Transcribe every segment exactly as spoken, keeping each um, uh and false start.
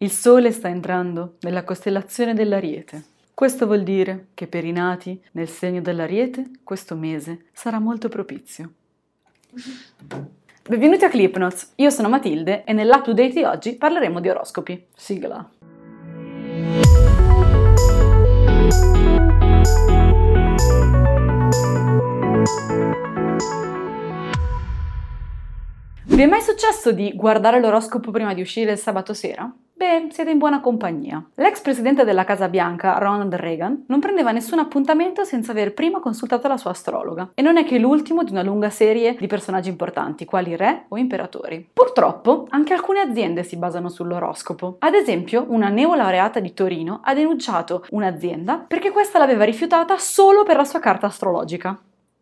Il sole sta entrando nella costellazione dell'Ariete. Questo vuol dire che per i nati nel segno dell'Ariete questo mese sarà molto propizio. Benvenuti a Clipnotes, io sono Matilde e nell'Up to Date di oggi parleremo di oroscopi. Sigla. Vi è mai successo di guardare l'oroscopo prima di uscire il sabato sera? Beh, siete in buona compagnia. L'ex presidente della Casa Bianca, Ronald Reagan, non prendeva nessun appuntamento senza aver prima consultato la sua astrologa. E non è che l'ultimo di una lunga serie di personaggi importanti, quali re o imperatori. Purtroppo, anche alcune aziende si basano sull'oroscopo. Ad esempio, una neolaureata di Torino ha denunciato un'azienda perché questa l'aveva rifiutata solo per la sua carta astrologica.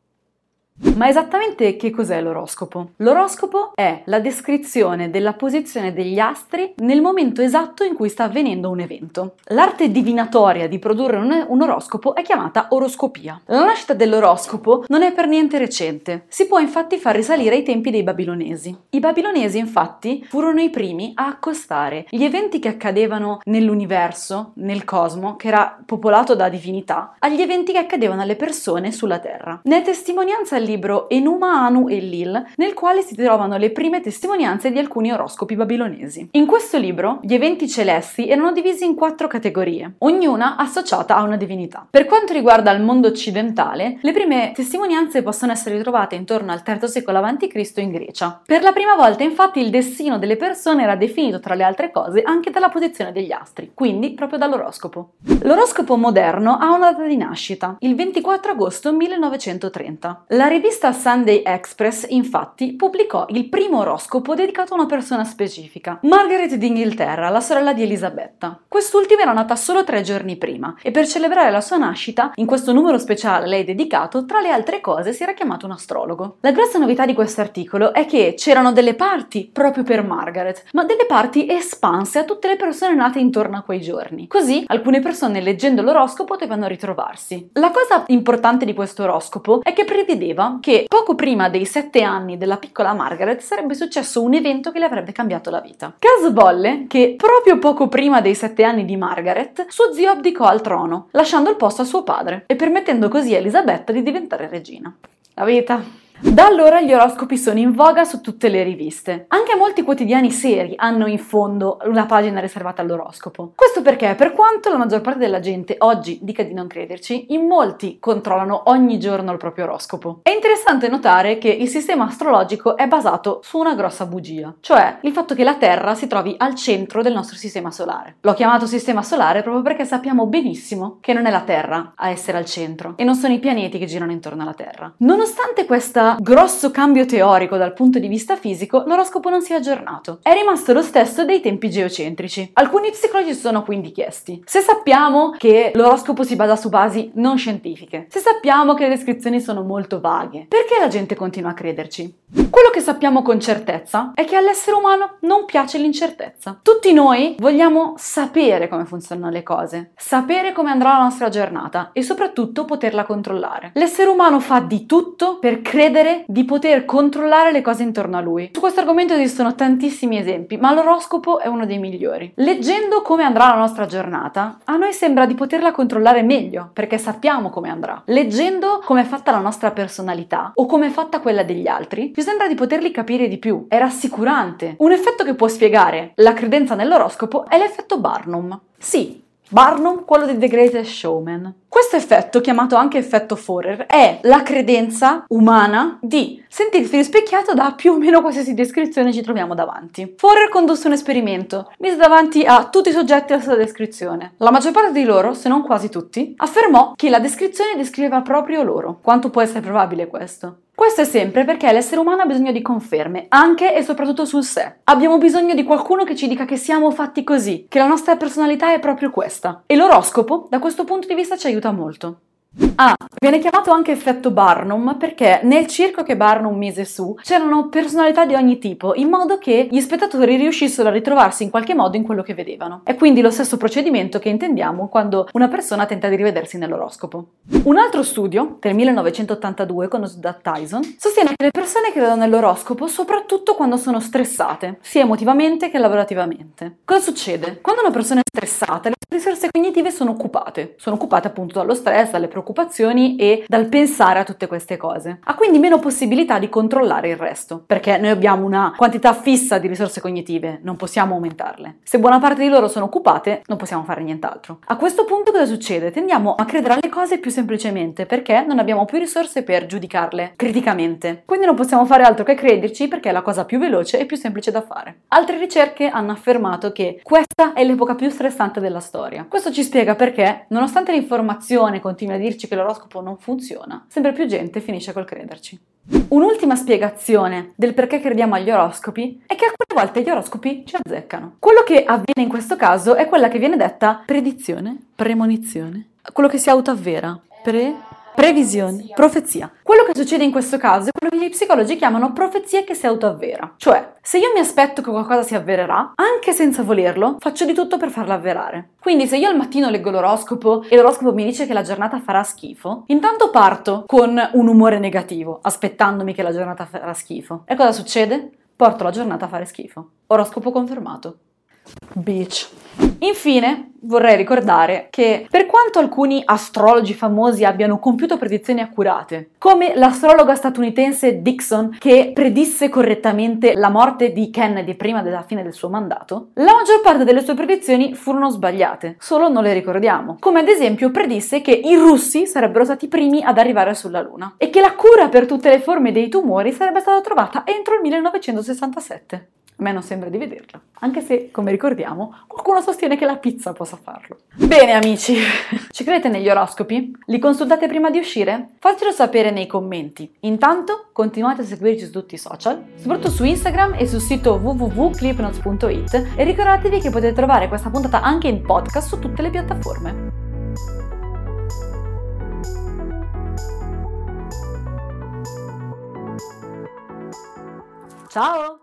Ma esattamente che cos'è l'oroscopo? L'oroscopo è la descrizione della posizione degli astri nel momento esatto in cui sta avvenendo un evento. L'arte divinatoria di produrre un, un oroscopo è chiamata oroscopia. La nascita dell'oroscopo non è per niente recente. Si può infatti far risalire ai tempi dei babilonesi. I babilonesi infatti furono i primi a accostare gli eventi che accadevano nell'universo, nel cosmo, che era popolato da divinità, agli eventi che accadevano alle persone sulla Terra. Ne è testimonianza il libro Enuma, Anu e Lil, nel quale si trovano le prime testimonianze di alcuni oroscopi babilonesi. In questo libro gli eventi celesti erano divisi in quattro categorie, ognuna associata a una divinità. Per quanto riguarda il mondo occidentale, le prime testimonianze possono essere ritrovate intorno al terzo secolo avanti Cristo in Grecia. Per la prima volta, infatti, il destino delle persone era definito, tra le altre cose, anche dalla posizione degli astri, quindi proprio dall'oroscopo. L'oroscopo moderno ha una data di nascita, il ventiquattro agosto millenovecentotrenta. La rivista Sunday Express, infatti, pubblicò il primo oroscopo dedicato a una persona specifica, Margaret d'Inghilterra, la sorella di Elisabetta. Quest'ultima era nata solo tre giorni prima e per celebrare la sua nascita, in questo numero speciale a lei dedicato, tra le altre cose si era chiamato un astrologo. La grossa novità di questo articolo è che c'erano delle parti proprio per Margaret, ma delle parti espanse a tutte le persone nate intorno a quei giorni. Così alcune persone leggendo l'oroscopo potevano ritrovarsi. La cosa importante di questo oroscopo è che prevedeva che poco prima dei sette anni della piccola Margaret sarebbe successo un evento che le avrebbe cambiato la vita. Caso volle che proprio poco prima dei sette anni di Margaret suo zio abdicò al trono, lasciando il posto a suo padre e permettendo così a Elisabetta di diventare regina. La vita. Da allora gli oroscopi sono in voga su tutte le riviste. Anche molti quotidiani seri hanno in fondo una pagina riservata all'oroscopo. Questo perché, per quanto la maggior parte della gente oggi dica di non crederci, in molti controllano ogni giorno il proprio oroscopo. È interessante notare che il sistema astrologico è basato su una grossa bugia, cioè il fatto che la Terra si trovi al centro del nostro sistema solare. L'ho chiamato sistema solare proprio perché sappiamo benissimo che non è la Terra a essere al centro e non sono i pianeti che girano intorno alla Terra. Nonostante questa grosso cambio teorico dal punto di vista fisico, l'oroscopo non si è aggiornato. È rimasto lo stesso dei tempi geocentrici. Alcuni psicologi si sono quindi chiesti: se sappiamo che l'oroscopo si basa su basi non scientifiche, se sappiamo che le descrizioni sono molto vaghe, perché la gente continua a crederci? Quello che sappiamo con certezza è che all'essere umano non piace l'incertezza. Tutti noi vogliamo sapere come funzionano le cose, sapere come andrà la nostra giornata e soprattutto poterla controllare. L'essere umano fa di tutto per credere di poter controllare le cose intorno a lui. Su questo argomento esistono tantissimi esempi, ma l'oroscopo è uno dei migliori. Leggendo come andrà la nostra giornata, a noi sembra di poterla controllare meglio, perché sappiamo come andrà. Leggendo come è fatta la nostra personalità o come è fatta quella degli altri, ci sembra di poterli capire di più. È rassicurante. Un effetto che può spiegare la credenza nell'oroscopo è l'effetto Barnum. Sì, Barnum, quello di The Greatest Showman. Questo effetto, chiamato anche effetto Forer, è la credenza umana di sentirsi rispecchiato da più o meno qualsiasi descrizione ci troviamo davanti. Forer condusse un esperimento, mise davanti a tutti i soggetti la sua descrizione. La maggior parte di loro, se non quasi tutti, affermò che la descrizione descriveva proprio loro. Quanto può essere probabile questo? Questo è sempre perché l'essere umano ha bisogno di conferme, anche e soprattutto sul sé. Abbiamo bisogno di qualcuno che ci dica che siamo fatti così, che la nostra personalità è proprio questa. E l'oroscopo, da questo punto di vista, ci aiuta molto. Ah, viene chiamato anche effetto Barnum perché nel circo che Barnum mise su c'erano personalità di ogni tipo, in modo che gli spettatori riuscissero a ritrovarsi in qualche modo in quello che vedevano. È quindi lo stesso procedimento che intendiamo quando una persona tenta di rivedersi nell'oroscopo. Un altro studio, del millenovecentottantadue, conosciuto da Tyson, sostiene che le persone credono nell'oroscopo soprattutto quando sono stressate, sia emotivamente che lavorativamente. Cosa succede? Quando una persona è stressata, le risorse cognitive sono occupate, sono occupate appunto dallo stress, dalle preoccupazioni e dal pensare a tutte queste cose. Ha quindi meno possibilità di controllare il resto, perché noi abbiamo una quantità fissa di risorse cognitive, non possiamo aumentarle. Se buona parte di loro sono occupate, non possiamo fare nient'altro. A questo punto cosa succede? Tendiamo a credere alle cose più semplicemente perché non abbiamo più risorse per giudicarle criticamente. Quindi non possiamo fare altro che crederci perché è la cosa più veloce e più semplice da fare. Altre ricerche hanno affermato che questa è l'epoca più stressante della storia. Questo ci spiega perché, nonostante l'informazione continui a dirci che l'oroscopo non funziona, sempre più gente finisce col crederci. Un'ultima spiegazione del perché crediamo agli oroscopi è che alcune volte gli oroscopi ci azzeccano. Quello che avviene in questo caso è quella che viene detta predizione, premonizione, quello che si autoavvera, pre... previsione, profezia. Quello che succede in questo caso è quello che gli psicologi chiamano profezia che si autoavvera. Cioè, se io mi aspetto che qualcosa si avvererà, anche senza volerlo, faccio di tutto per farla avverare. Quindi se io al mattino leggo l'oroscopo e l'oroscopo mi dice che la giornata farà schifo, intanto parto con un umore negativo, aspettandomi che la giornata farà schifo. E cosa succede? Porto la giornata a fare schifo. Oroscopo confermato. Bitch. Infine, vorrei ricordare che per quanto alcuni astrologi famosi abbiano compiuto predizioni accurate, come l'astrologa statunitense Dixon che predisse correttamente la morte di Kennedy prima della fine del suo mandato, la maggior parte delle sue predizioni furono sbagliate, solo non le ricordiamo. Come ad esempio predisse che i russi sarebbero stati i primi ad arrivare sulla Luna e che la cura per tutte le forme dei tumori sarebbe stata trovata entro il millenovecentosessantasette. A me non sembra di vederla, anche se, come ricordiamo, qualcuno sostiene che la pizza possa farlo. Bene amici, ci credete negli oroscopi? Li consultate prima di uscire? Fatelo sapere nei commenti. Intanto continuate a seguirci su tutti i social, soprattutto su Instagram e sul sito w w w punto clipnotes punto i t e ricordatevi che potete trovare questa puntata anche in podcast su tutte le piattaforme. Ciao!